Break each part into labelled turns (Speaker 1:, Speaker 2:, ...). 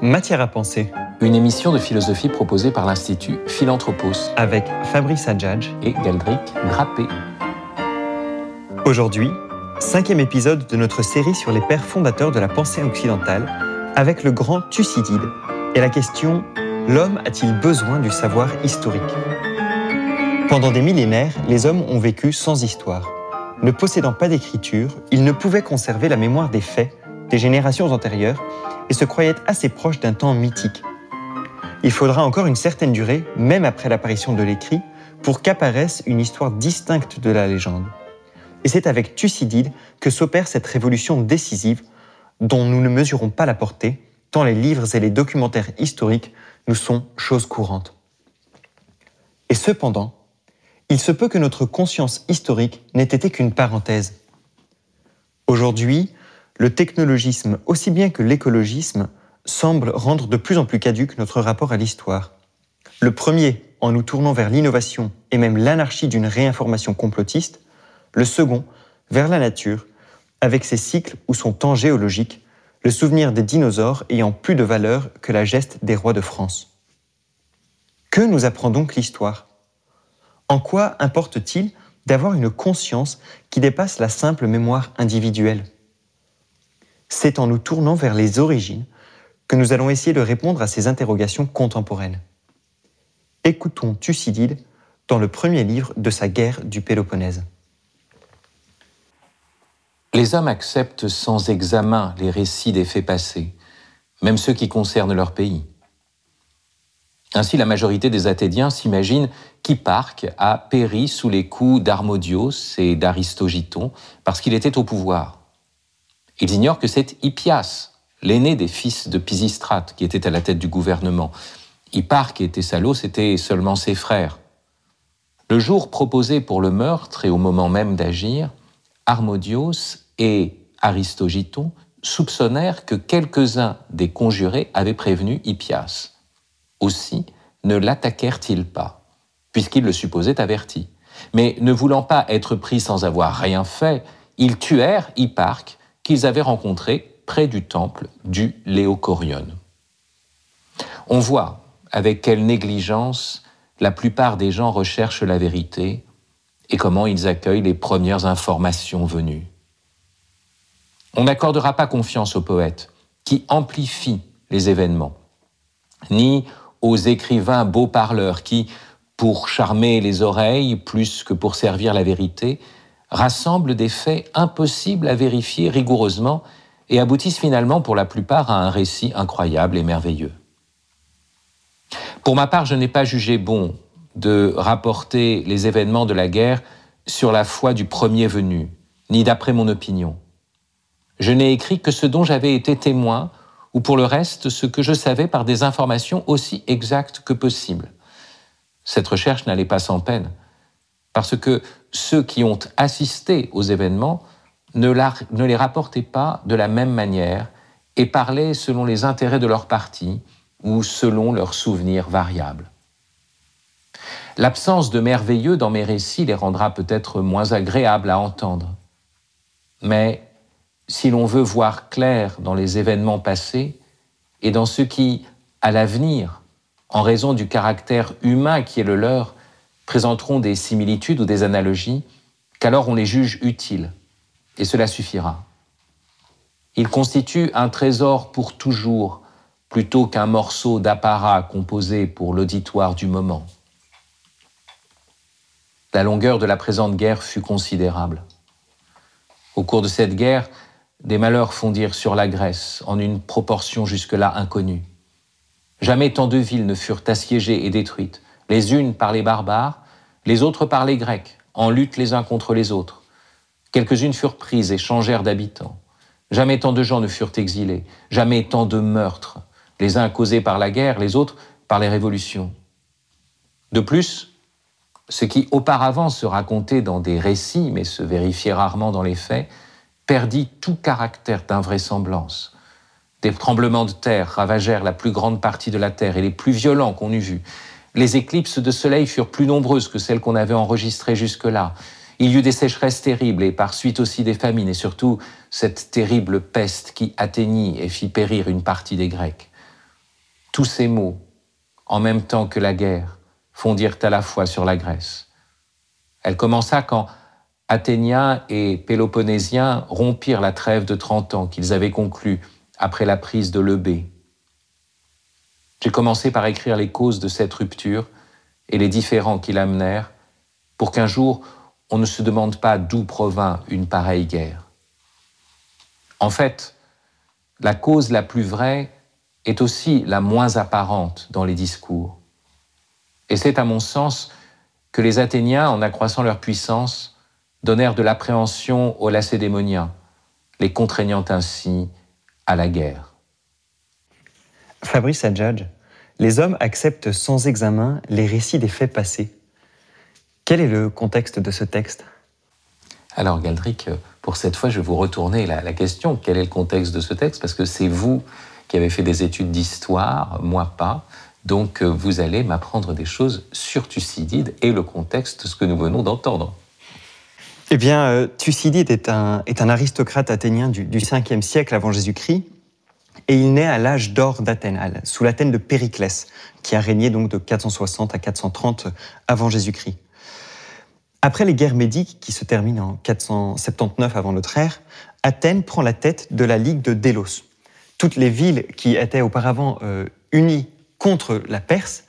Speaker 1: Matière à penser,
Speaker 2: Une émission de philosophie proposée par l'Institut Philanthropos
Speaker 1: avec Fabrice Adjadj
Speaker 2: et Galdric Grappé.
Speaker 1: Aujourd'hui, 5e épisode de notre série sur les pères fondateurs de la pensée occidentale, avec le grand Thucydide et la question « L'homme a-t-il besoin du savoir historique ?» Pendant des millénaires, les hommes ont vécu sans histoire. Ne possédant pas d'écriture, ils ne pouvaient conserver la mémoire des faits des générations antérieures et se croyaient assez proches d'un temps mythique. Il faudra encore une certaine durée, même après l'apparition de l'écrit, pour qu'apparaisse une histoire distincte de la légende. Et c'est avec Thucydide que s'opère cette révolution décisive dont nous ne mesurons pas la portée, tant les livres et les documentaires historiques nous sont chose courante. Et cependant, il se peut que notre conscience historique n'ait été qu'une parenthèse. Aujourd'hui, le technologisme, aussi bien que l'écologisme, semble rendre de plus en plus caduque notre rapport à l'histoire. Le premier, en nous tournant vers l'innovation et même l'anarchie d'une réinformation complotiste, le second, vers la nature, avec ses cycles ou son temps géologique, le souvenir des dinosaures ayant plus de valeur que la geste des rois de France. Que nous apprend donc l'histoire ? En quoi importe-t-il d'avoir une conscience qui dépasse la simple mémoire individuelle ? C'est en nous tournant vers les origines que nous allons essayer de répondre à ces interrogations contemporaines. Écoutons Thucydide dans le premier livre de sa guerre du Péloponnèse.
Speaker 2: Les hommes acceptent sans examen les récits des faits passés, même ceux qui concernent leur pays. Ainsi, la majorité des Athéniens s'imaginent qu'Hipparque a péri sous les coups d'Harmodios et d'Aristogiton parce qu'il était au pouvoir. Ils ignorent que c'est Hippias, l'aîné des fils de Pisistrate, qui était à la tête du gouvernement. Hipparque et Thessalos étaient seulement ses frères. Le jour proposé pour le meurtre et au moment même d'agir, Harmodios et Aristogiton soupçonnèrent que quelques-uns des conjurés avaient prévenu Hippias. Aussi ne l'attaquèrent-ils pas, puisqu'ils le supposaient averti. Mais ne voulant pas être pris sans avoir rien fait, ils tuèrent Hipparque qu'ils avaient rencontré près du temple du Léocorion. On voit avec quelle négligence la plupart des gens recherchent la vérité et comment ils accueillent les premières informations venues. On n'accordera pas confiance aux poètes qui amplifient les événements, ni aux écrivains beaux parleurs qui, pour charmer les oreilles plus que pour servir la vérité, rassemblent des faits impossibles à vérifier rigoureusement et aboutissent finalement pour la plupart à un récit incroyable et merveilleux. Pour ma part, je n'ai pas jugé bon de rapporter les événements de la guerre sur la foi du premier venu, ni d'après mon opinion. Je n'ai écrit que ce dont j'avais été témoin, ou pour le reste, ce que je savais par des informations aussi exactes que possible. Cette recherche n'allait pas sans peine, parce que ceux qui ont assisté aux événements ne les rapportaient pas de la même manière et parlaient selon les intérêts de leur parti ou selon leurs souvenirs variables. L'absence de merveilleux dans mes récits les rendra peut-être moins agréables à entendre. Mais si l'on veut voir clair dans les événements passés et dans ce qui, à l'avenir, en raison du caractère humain qui est le leur, présenteront des similitudes ou des analogies, qu'alors on les juge utiles, et cela suffira. Ils constituent un trésor pour toujours, plutôt qu'un morceau d'apparat composé pour l'auditoire du moment. La longueur de la présente guerre fut considérable. Au cours de cette guerre, des malheurs fondirent sur la Grèce en une proportion jusque-là inconnue. Jamais tant de villes ne furent assiégées et détruites, les unes par les barbares, les autres par les Grecs, en lutte les uns contre les autres. Quelques-unes furent prises et changèrent d'habitants. Jamais tant de gens ne furent exilés, jamais tant de meurtres, les uns causés par la guerre, les autres par les révolutions. De plus, ce qui auparavant se racontait dans des récits, mais se vérifiait rarement dans les faits, perdit tout caractère d'invraisemblance. Des tremblements de terre ravagèrent la plus grande partie de la terre et les plus violents qu'on eût vus. Les éclipses de soleil furent plus nombreuses que celles qu'on avait enregistrées jusque-là. Il y eut des sécheresses terribles et par suite aussi des famines et surtout cette terrible peste qui atteignit et fit périr une partie des Grecs. tous ces mots, en même temps que la guerre, fondirent à la fois sur la Grèce. Elle commença quand Athéniens et Péloponnésiens rompirent la trêve de 30 ans qu'ils avaient conclue après la prise de l'Eubée. J'ai commencé par écrire les causes de cette rupture et les différends qui l'amenèrent, pour qu'un jour on ne se demande pas d'où provint une pareille guerre. En fait, la cause la plus vraie est aussi la moins apparente dans les discours. Et c'est à mon sens que les Athéniens, en accroissant leur puissance, donnèrent de l'appréhension aux Lacédémoniens, les contraignant ainsi à la guerre.
Speaker 1: Fabrice Adjadj, les hommes acceptent sans examen les récits des faits passés. Quel est le contexte de ce texte ?
Speaker 2: Alors Galdric, pour cette fois, je vais vous retourner la question. Quel est le contexte de ce texte ? Parce que c'est vous qui avez fait des études d'histoire, moi pas. Donc vous allez m'apprendre des choses sur Thucydide et le contexte de ce que nous venons d'entendre.
Speaker 1: Eh bien, Thucydide est un aristocrate athénien du 5e siècle avant Jésus-Christ, et il naît à l'âge d'or d'Athènes, sous l'Athènes de Périclès, qui a régné donc de 460 à 430 avant Jésus-Christ. Après les guerres médiques, qui se terminent en 479 avant notre ère, Athènes prend la tête de la Ligue de Délos. Toutes les villes qui étaient auparavant unies contre la Perse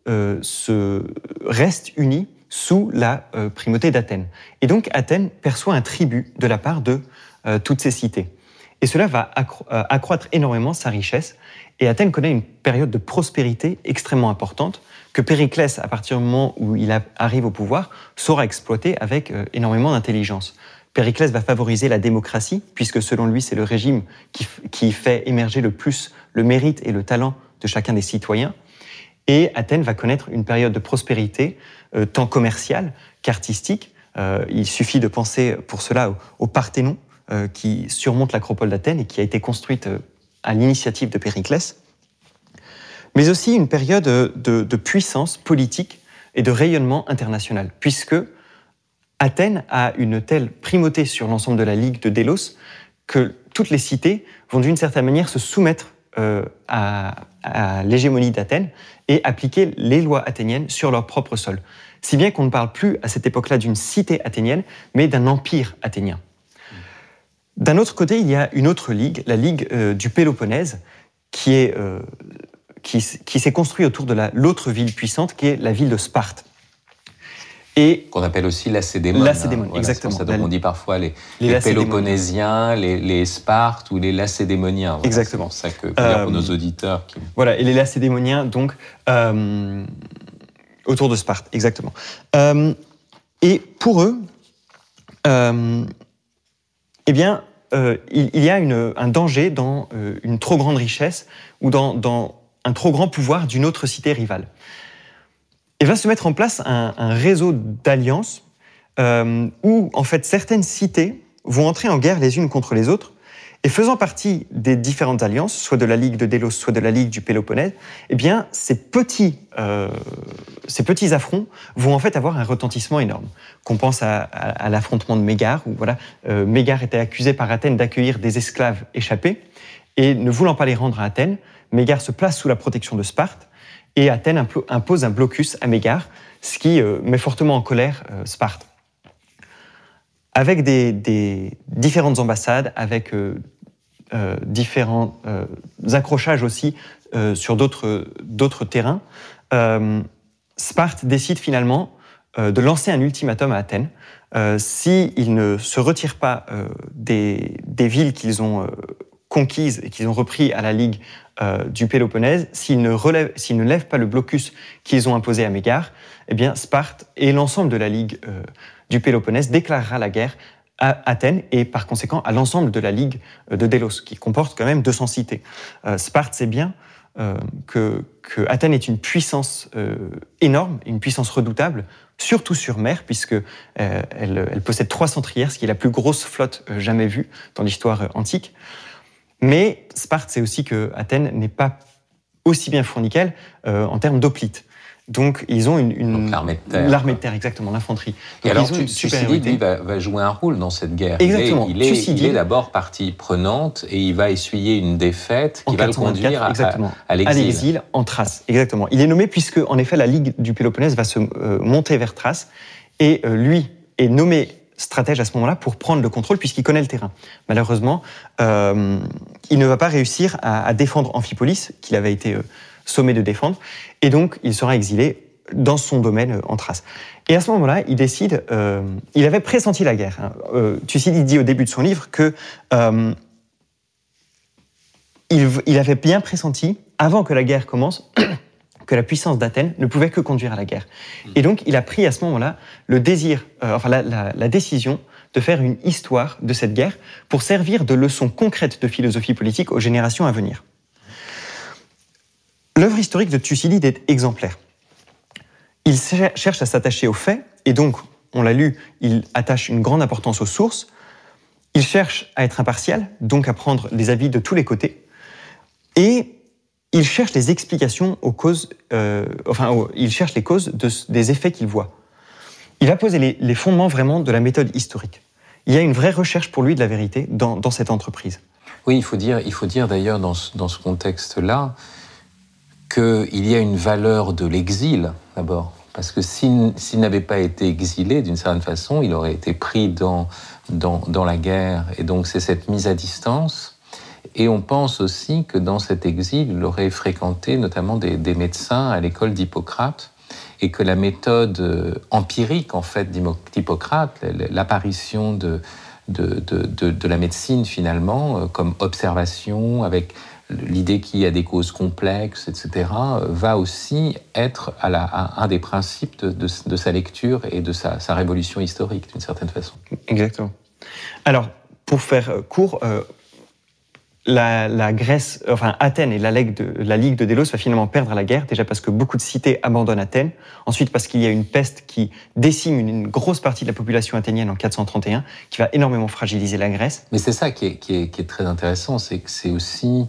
Speaker 1: restent unies sous la primauté d'Athènes. Et donc Athènes perçoit un tribut de la part de toutes ces cités. Et cela va accroître énormément sa richesse. Et Athènes connaît une période de prospérité extrêmement importante que Périclès, à partir du moment où il arrive au pouvoir, saura exploiter avec énormément d'intelligence. Périclès va favoriser la démocratie, puisque selon lui, c'est le régime qui fait émerger le plus le mérite et le talent de chacun des citoyens. Et Athènes va connaître une période de prospérité, tant commerciale qu'artistique. Il suffit de penser pour cela au Parthénon, qui surmonte l'acropole d'Athènes et qui a été construite à l'initiative de Périclès, mais aussi une période de puissance politique et de rayonnement international, puisque Athènes a une telle primauté sur l'ensemble de la Ligue de Délos que toutes les cités vont d'une certaine manière se soumettre à l'hégémonie d'Athènes et appliquer les lois athéniennes sur leur propre sol. Si bien qu'on ne parle plus à cette époque-là d'une cité athénienne, mais d'un empire athénien. D'un autre côté, il y a une autre ligue, la Ligue du Péloponnèse, qui s'est construite autour de l'autre ville puissante, qui est la ville de Sparte. Et
Speaker 2: qu'on appelle aussi Lacédémone.
Speaker 1: Lacédémone, voilà, exactement.
Speaker 2: C'est pour ça qu'on dit parfois les Péloponnésiens, les Spartes ou les Lacédémoniens. Voilà,
Speaker 1: exactement.
Speaker 2: C'est pour ça que dire pour nos auditeurs.
Speaker 1: Voilà, et les Lacédémoniens, donc, autour de Sparte, exactement. Et pour eux, eh bien, il y a un danger dans une trop grande richesse ou dans un trop grand pouvoir d'une autre cité rivale. Et va se mettre en place un réseau d'alliances où, en fait, certaines cités vont entrer en guerre les unes contre les autres, et faisant partie des différentes alliances, soit de la Ligue de Délos, soit de la Ligue du Péloponnèse, eh bien, ces petits affronts vont en fait avoir un retentissement énorme. Qu'on pense à l'affrontement de Mégare, où voilà, Mégare était accusé par Athènes d'accueillir des esclaves échappés, et ne voulant pas les rendre à Athènes, Mégare se place sous la protection de Sparte, et Athènes impose un blocus à Mégare, ce qui met fortement en colère Sparte. Avec des différentes ambassades, avec différents accrochages aussi sur d'autres terrains, Sparte décide finalement de lancer un ultimatum à Athènes. S'ils ne se retirent pas des villes qu'ils ont conquises et qu'ils ont repris à la Ligue du Péloponnèse, s'ils ne lèvent pas le blocus qu'ils ont imposé à Mégare, eh bien Sparte et l'ensemble de la Ligue du Péloponnèse déclarera la guerre à Athènes et par conséquent à l'ensemble de la Ligue de Délos, qui comporte quand même 200 cités. Sparte sait bien que Athènes est une puissance énorme, une puissance redoutable, surtout sur mer, puisque elle possède 300 trières, ce qui est la plus grosse flotte jamais vue dans l'histoire antique. Mais Sparte sait aussi que Athènes n'est pas aussi bien fournie qu'elle en termes d'hoplites. Donc, ils ont
Speaker 2: Donc, l'armée de terre.
Speaker 1: L'armée de terre, exactement, l'infanterie.
Speaker 2: Et
Speaker 1: donc,
Speaker 2: alors,
Speaker 1: ils ont une
Speaker 2: Thucydide,
Speaker 1: supériorité.
Speaker 2: lui, va jouer un rôle dans cette guerre.
Speaker 1: Exactement.
Speaker 2: Il est d'abord partie prenante et il va essuyer une défaite qui va le conduire à l'exil.
Speaker 1: En Thrace, exactement. Il est nommé puisque, en effet, la Ligue du Péloponnèse va se monter vers Thrace et lui est nommé stratège à ce moment-là pour prendre le contrôle puisqu'il connaît le terrain. Malheureusement, il ne va pas réussir à défendre Amphipolis, qu'il avait été sommé de défendre, et donc il sera exilé dans son domaine en Thrace. Et à ce moment-là, il décide, il avait pressenti la guerre. Thucydide dit au début de son livre que il avait bien pressenti, avant que la guerre commence, que la puissance d'Athènes ne pouvait que conduire à la guerre. Et donc, il a pris à ce moment-là le désir, la décision de faire une histoire de cette guerre pour servir de leçon concrète de philosophie politique aux générations à venir. L'œuvre historique de Thucydide est exemplaire. Il cherche à s'attacher aux faits, et donc, on l'a lu, il attache une grande importance aux sources. Il cherche à être impartial, donc à prendre les avis de tous les côtés. Et il cherche les explications aux causes, il cherche les causes des effets qu'il voit. Il va poser les fondements vraiment de la méthode historique. Il y a une vraie recherche pour lui de la vérité dans cette entreprise.
Speaker 2: Oui, il faut dire d'ailleurs dans ce contexte-là qu'il y a une valeur de l'exil d'abord. Parce que s'il n'avait pas été exilé, d'une certaine façon, il aurait été pris dans la guerre. Et donc c'est cette mise à distance. Et on pense aussi que dans cet exil, il aurait fréquenté notamment des médecins à l'école d'Hippocrate, et que la méthode empirique en fait d'Hippocrate, l'apparition de la médecine finalement, comme observation, avec l'idée qu'il y a des causes complexes, etc., va aussi être un des principes de sa lecture et de sa révolution historique, d'une certaine façon.
Speaker 1: Exactement. Alors, pour faire court, la Grèce, Athènes et la Ligue de Délos va finalement perdre la guerre, déjà parce que beaucoup de cités abandonnent Athènes, ensuite parce qu'il y a une peste qui décime une grosse partie de la population athénienne en 431, qui va énormément fragiliser la Grèce.
Speaker 2: Mais c'est ça qui est très intéressant, c'est que c'est aussi...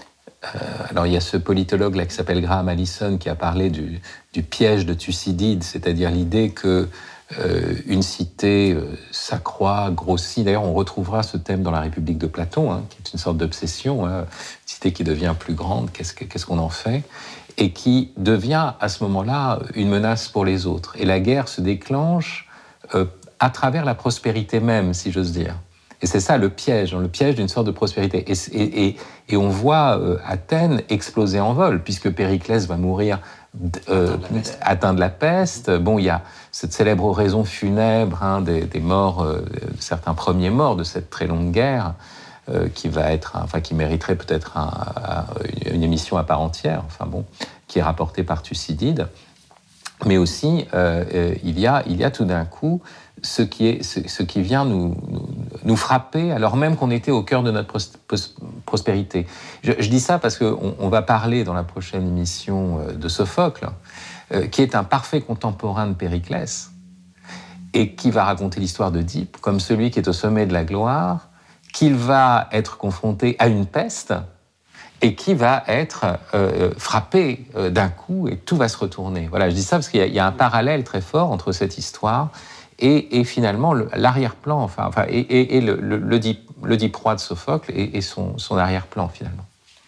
Speaker 2: alors il y a ce politologue là qui s'appelle Graham Allison qui a parlé du piège de Thucydide, c'est-à-dire l'idée que une cité s'accroît, grossit. D'ailleurs, on retrouvera ce thème dans la République de Platon, qui est une sorte d'obsession, une cité qui devient plus grande, qu'est-ce qu'on en fait, et qui devient à ce moment-là une menace pour les autres. Et la guerre se déclenche à travers la prospérité même, si j'ose dire. Et c'est ça le piège d'une sorte de prospérité. Et on voit Athènes exploser en vol, puisque Périclès va mourir atteint de la peste. Bon, il y a cette célèbre oraison funèbre des morts, certains premiers morts de cette très longue guerre, qui mériterait peut-être une émission à part entière, qui est rapportée par Thucydide. Mais aussi, il y a tout d'un coup ce qui vient nous frapper, alors même qu'on était au cœur de notre prospérité. Je dis ça parce qu'on va parler dans la prochaine émission de Sophocle, qui est un parfait contemporain de Périclès, et qui va raconter l'histoire d'Œdipe comme celui qui est au sommet de la gloire, qu'il va être confronté à une peste, et qui va être frappé d'un coup, et tout va se retourner. Voilà, je dis ça parce qu'il y a un parallèle très fort entre cette histoire et finalement l'arrière-plan, et l'Œdipe roi de Sophocle et son arrière-plan, finalement.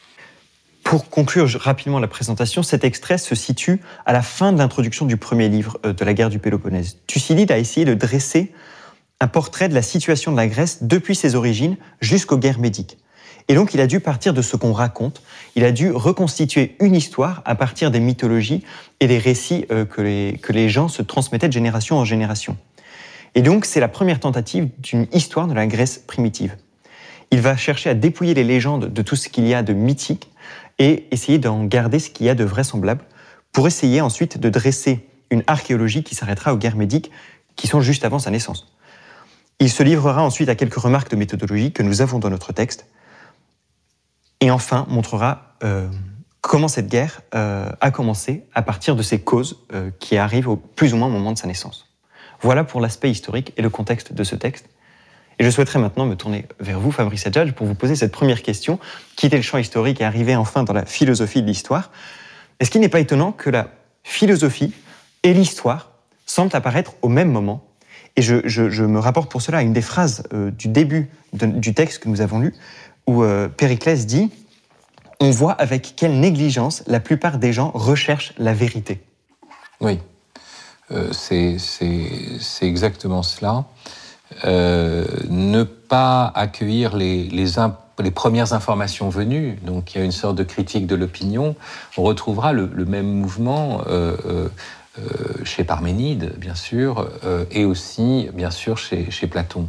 Speaker 1: Pour conclure rapidement la présentation, cet extrait se situe à la fin de l'introduction du premier livre de la guerre du Péloponnèse. Thucydide a essayé de dresser un portrait de la situation de la Grèce depuis ses origines jusqu'aux guerres médiques. Et donc, il a dû partir de ce qu'on raconte, il a dû reconstituer une histoire à partir des mythologies et des récits que les gens se transmettaient de génération en génération. Et donc, c'est la première tentative d'une histoire de la Grèce primitive. Il va chercher à dépouiller les légendes de tout ce qu'il y a de mythique et essayer d'en garder ce qu'il y a de vraisemblable pour essayer ensuite de dresser une archéologie qui s'arrêtera aux guerres médiques qui sont juste avant sa naissance. Il se livrera ensuite à quelques remarques de méthodologie que nous avons dans notre texte et enfin montrera comment cette guerre a commencé à partir de ses causes qui arrivent plus ou moins au moment de sa naissance. Voilà pour l'aspect historique et le contexte de ce texte. Et je souhaiterais maintenant me tourner vers vous, Fabrice Adjadj, pour vous poser cette première question, quitter le champ historique et arriver enfin dans la philosophie de l'histoire. Est-ce qu'il n'est pas étonnant que philosophie et l'histoire semblent apparaître au même moment. Et je me rapporte pour cela à une des phrases du début du texte que nous avons lu, où Périclès dit « On voit avec quelle négligence la plupart des gens recherchent la vérité. »
Speaker 2: Oui, c'est exactement cela. Ne pas accueillir les premières informations venues, donc il y a une sorte de critique de l'opinion. On retrouvera le même mouvement chez Parménide, bien sûr, et aussi, bien sûr, chez Platon.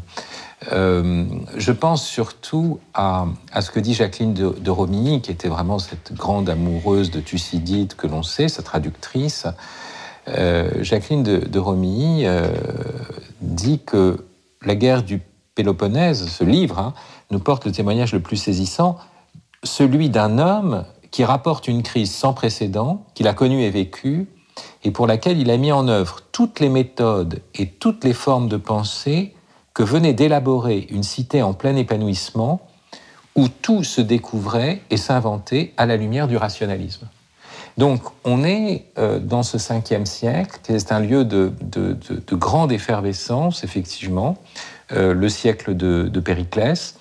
Speaker 2: Je pense surtout à ce que dit Jacqueline de Romilly, qui était vraiment cette grande amoureuse de Thucydide que l'on sait, sa traductrice. Jacqueline de Romilly dit que la guerre du Péloponnèse, ce livre, nous porte le témoignage le plus saisissant, celui d'un homme qui rapporte une crise sans précédent, qu'il a connue et vécue, et pour laquelle il a mis en œuvre toutes les méthodes et toutes les formes de pensée que venait d'élaborer une cité en plein épanouissement, où tout se découvrait et s'inventait à la lumière du rationalisme. Donc, on est dans ce 5e siècle, c'est un lieu de grande effervescence, effectivement, le siècle de Périclès.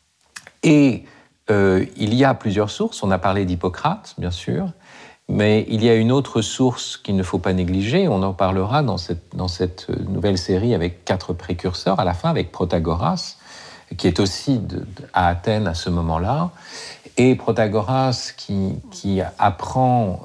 Speaker 2: Et il y a plusieurs sources. On a parlé d'Hippocrate, bien sûr, mais il y a une autre source qu'il ne faut pas négliger. On en parlera dans cette nouvelle série avec 4 précurseurs, à la fin avec Protagoras, qui est aussi à Athènes à ce moment-là. Et Protagoras qui apprend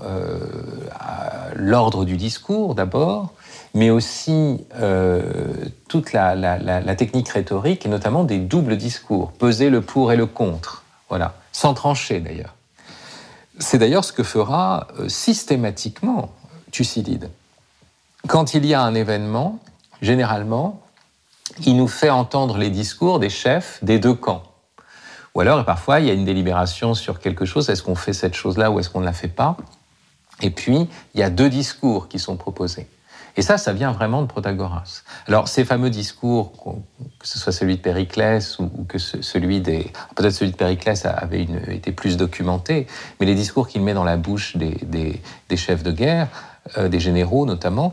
Speaker 2: l'ordre du discours d'abord, mais aussi toute la technique rhétorique, et notamment des doubles discours, peser le pour et le contre, voilà, sans trancher d'ailleurs. C'est d'ailleurs ce que fera systématiquement Thucydide. Quand il y a un événement, généralement, il nous fait entendre les discours des chefs des 2 camps. Ou alors, parfois, il y a une délibération sur quelque chose. Est-ce qu'on fait cette chose-là ou est-ce qu'on ne la fait pas? Et puis, il y a 2 discours qui sont proposés. Et ça vient vraiment de Protagoras. Alors, ces fameux discours, que ce soit celui de Périclès ou que celui des... Peut-être celui de Périclès avait été plus documenté, mais les discours qu'il met dans la bouche des chefs de guerre, des généraux notamment,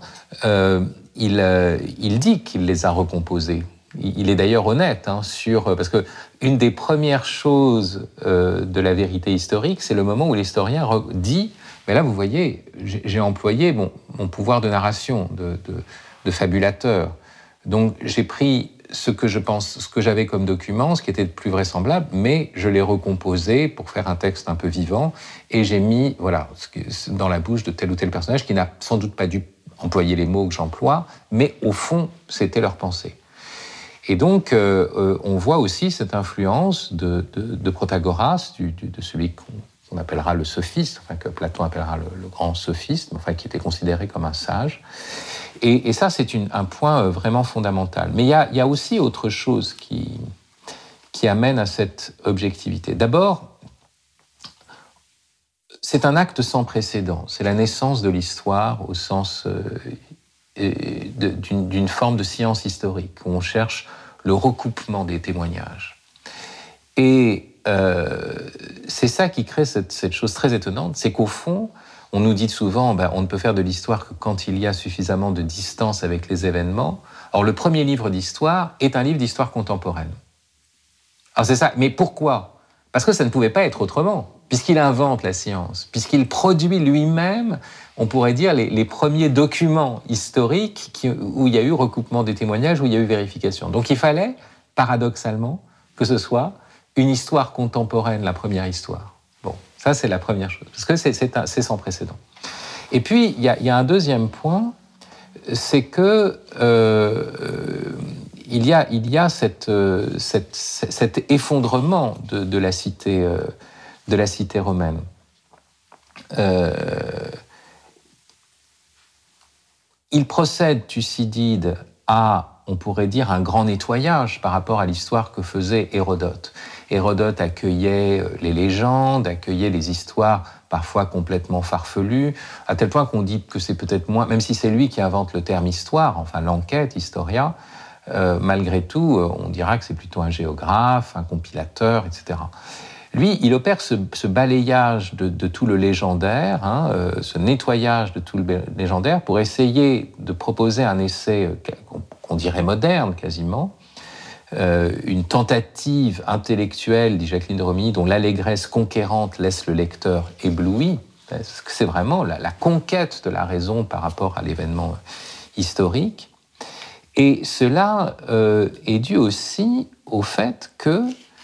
Speaker 2: il dit qu'il les a recomposés. Il est d'ailleurs honnête parce que une des premières choses de la vérité historique, c'est le moment où l'historien dit « Mais là, vous voyez, j'ai employé mon pouvoir de narration, de fabulateur. Donc, j'ai pris ce que j'avais comme document, ce qui était le plus vraisemblable, mais je l'ai recomposé pour faire un texte un peu vivant, et j'ai mis dans la bouche de tel ou tel personnage qui n'a sans doute pas dû employer les mots que j'emploie, mais au fond, c'était leur pensée. » Et donc, on voit aussi cette influence de Protagoras, de celui qu'on appellera le sophiste, enfin que Platon appellera le grand sophiste, enfin qui était considéré comme un sage. Et ça, c'est un point vraiment fondamental. Mais il y a aussi autre chose qui amène à cette objectivité. D'abord, c'est un acte sans précédent. C'est la naissance de l'histoire au sens d'une forme de science historique, où on cherche le recoupement des témoignages. Et c'est ça qui crée cette chose très étonnante, c'est qu'au fond, on nous dit souvent, on ne peut faire de l'histoire que quand il y a suffisamment de distance avec les événements. Or, le premier livre d'histoire est un livre d'histoire contemporaine. Alors c'est ça, mais pourquoi? Parce que ça ne pouvait pas être autrement, puisqu'il invente la science, puisqu'il produit lui-même, on pourrait dire, les premiers documents historiques où il y a eu recoupement des témoignages, où il y a eu vérification. Donc il fallait, paradoxalement, que ce soit une histoire contemporaine, la première histoire. Bon, ça c'est la première chose, parce que c'est sans précédent. Et puis, il y a un deuxième point, c'est que il y a cet effondrement de la cité romaine. Il procède, Thucydide, à, on pourrait dire, un grand nettoyage par rapport à l'histoire que faisait Hérodote. Hérodote accueillait les légendes, accueillait les histoires parfois complètement farfelues, à tel point qu'on dit que c'est peut-être moins, même si c'est lui qui invente le terme histoire, enfin l'enquête, historia, malgré tout, on dira que c'est plutôt un géographe, un compilateur, etc. Lui, il opère ce balayage de tout le légendaire, ce nettoyage de tout le légendaire pour essayer de proposer un essai qu'on dirait moderne quasiment, une tentative intellectuelle, dit Jacqueline de Romilly, dont l'allégresse conquérante laisse le lecteur ébloui. C'est vraiment la conquête de la raison par rapport à l'événement historique. Et cela est dû aussi au fait que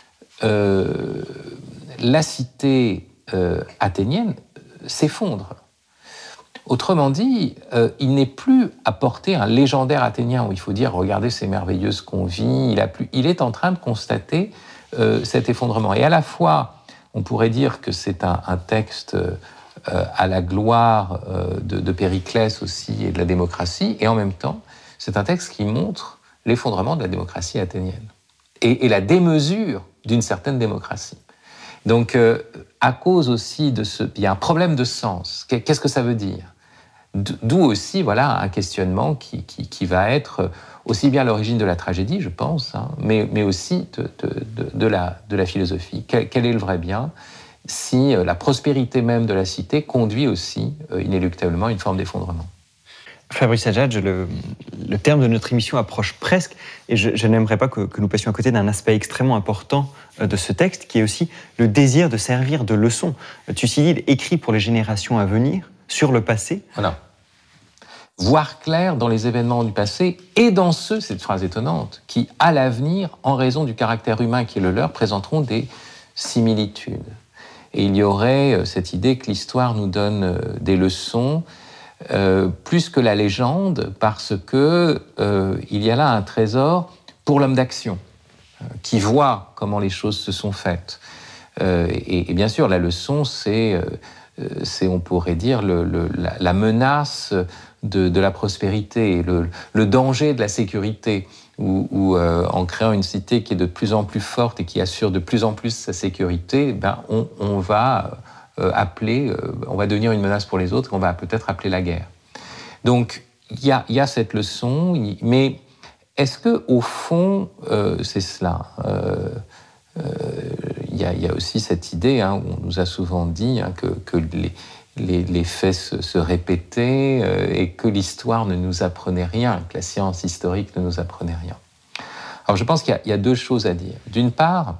Speaker 2: la cité athénienne s'effondre. Autrement dit, il n'est plus à porter un légendaire athénien où il faut dire « regardez, c'est merveilleux ce qu'on vit ». Il est en train de constater cet effondrement. Et à la fois, on pourrait dire que c'est un texte à la gloire de Périclès aussi et de la démocratie, et en même temps, c'est un texte qui montre l'effondrement de la démocratie athénienne et la démesure d'une certaine démocratie. Donc, à cause aussi de il y a un problème de sens. Qu'est-ce que ça veut dire ? D'où aussi, voilà, un questionnement qui va être aussi bien à l'origine de la tragédie, je pense, mais aussi de la philosophie. Quel est le vrai bien si la prospérité même de la cité conduit aussi, inéluctablement, à une forme d'effondrement ?
Speaker 1: Fabrice Adjadj, le terme de notre émission approche presque, et je n'aimerais pas que nous passions à côté d'un aspect extrêmement important de ce texte, qui est aussi le désir de servir de leçon. Thucydide écrit pour les générations à venir, sur le passé.
Speaker 2: Voilà. Voir clair dans les événements du passé et dans ceux, cette phrase étonnante, qui, à l'avenir, en raison du caractère humain qui est le leur, présenteront des similitudes. Et il y aurait cette idée que l'histoire nous donne des leçons, plus que la légende, parce que il y a là un trésor pour l'homme d'action, qui voit comment les choses se sont faites. Et bien sûr, la leçon, c'est on pourrait dire, la menace de la prospérité, le danger de la sécurité, où en créant une cité qui est de plus en plus forte et qui assure de plus en plus sa sécurité, on va on va devenir une menace pour les autres, on va peut-être appeler la guerre. Donc, il y a cette leçon, mais est-ce qu'au fond, c'est cela il y a aussi cette idée, où on nous a souvent dit que les faits se répétaient et que l'histoire ne nous apprenait rien, que la science historique ne nous apprenait rien. Alors, je pense qu'il y a deux choses à dire. D'une part,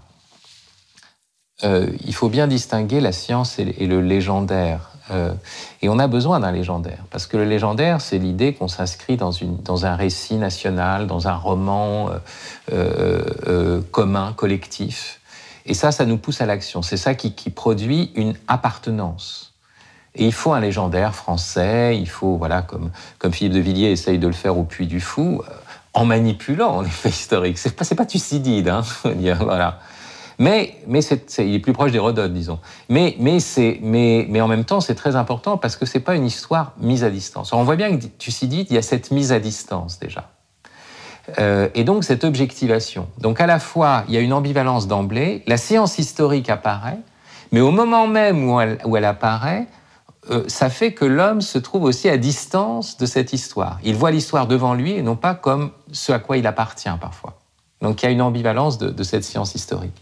Speaker 2: il faut bien distinguer la science et le légendaire. Et on a besoin d'un légendaire, parce que le légendaire, c'est l'idée qu'on s'inscrit dans un récit national, dans un roman commun, collectif. Et ça nous pousse à l'action. C'est ça qui produit une appartenance. Et il faut un légendaire français, il faut, voilà, comme Philippe de Villiers essaye de le faire au Puy du Fou, en manipulant les faits historiques. C'est pas Thucydide, voilà. Mais il est plus proche d'Hérodote, disons. Mais en même temps, c'est très important parce que c'est pas une histoire mise à distance. Alors on voit bien que Thucydide, il y a cette mise à distance déjà. Et donc cette objectivation. Donc à la fois, il y a une ambivalence d'emblée, la science historique apparaît, mais au moment même où elle apparaît, ça fait que l'homme se trouve aussi à distance de cette histoire. Il voit l'histoire devant lui et non pas comme ce à quoi il appartient parfois. Donc il y a une ambivalence de cette science historique.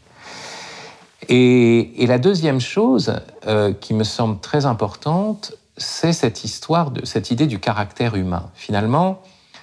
Speaker 2: Et la deuxième chose qui me semble très importante, c'est cette idée du caractère humain. Finalement,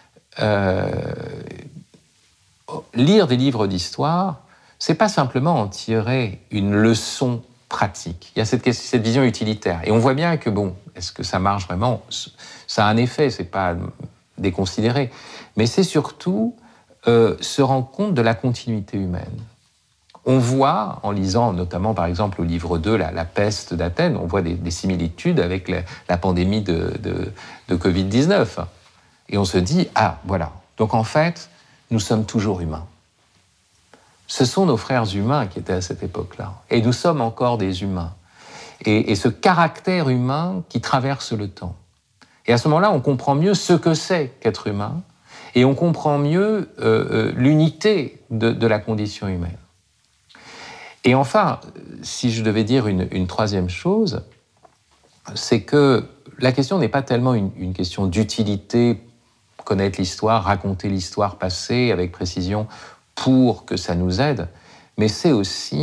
Speaker 2: lire des livres d'histoire, c'est pas simplement en tirer une leçon pratique. Il y a cette vision utilitaire. Et on voit bien que, est-ce que ça marche vraiment ? Ça a un effet, c'est pas déconsidéré. Mais c'est surtout se rendre compte de la continuité humaine. On voit, en lisant notamment par exemple au livre 2, la peste d'Athènes, on voit des similitudes avec la pandémie de Covid-19. Et on se dit, voilà, donc en fait, nous sommes toujours humains. Ce sont nos frères humains qui étaient à cette époque-là. Et nous sommes encore des humains. Et ce caractère humain qui traverse le temps. Et à ce moment-là, on comprend mieux ce que c'est qu'être humain, et on comprend mieux l'unité de la condition humaine. Et enfin, si je devais dire une troisième chose, c'est que la question n'est pas tellement une question d'utilité, connaître l'histoire, raconter l'histoire passée avec précision pour que ça nous aide, mais c'est aussi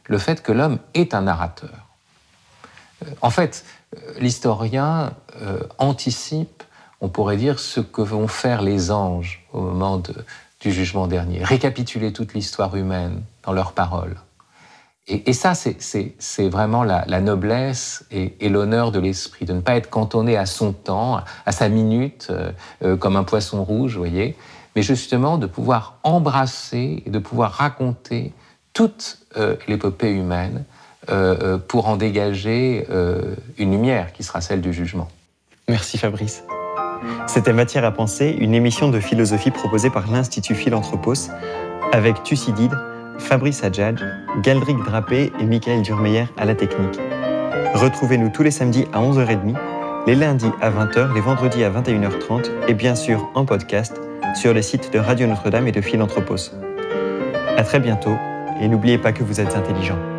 Speaker 2: le fait que l'homme est un narrateur. En fait, l'historien anticipe, on pourrait dire, ce que vont faire les anges au moment du jugement dernier, récapituler toute l'histoire humaine dans leurs paroles. Et ça, c'est vraiment la noblesse et l'honneur de l'esprit, de ne pas être cantonné à son temps, à sa minute, comme un poisson rouge, vous voyez, mais justement de pouvoir embrasser et de pouvoir raconter toute l'épopée humaine pour en dégager une lumière qui sera celle du jugement.
Speaker 1: Merci Fabrice. C'était Matière à penser, une émission de philosophie proposée par l'Institut Philanthropos avec Thucydide, Fabrice Adjadj, Galdric Drapé et Michael Durmeyer à la technique. Retrouvez-nous tous les samedis à 11h30, les lundis à 20h, les vendredis à 21h30 et bien sûr en podcast sur les sites de Radio Notre-Dame et de Philanthropos. À très bientôt et n'oubliez pas que vous êtes intelligents.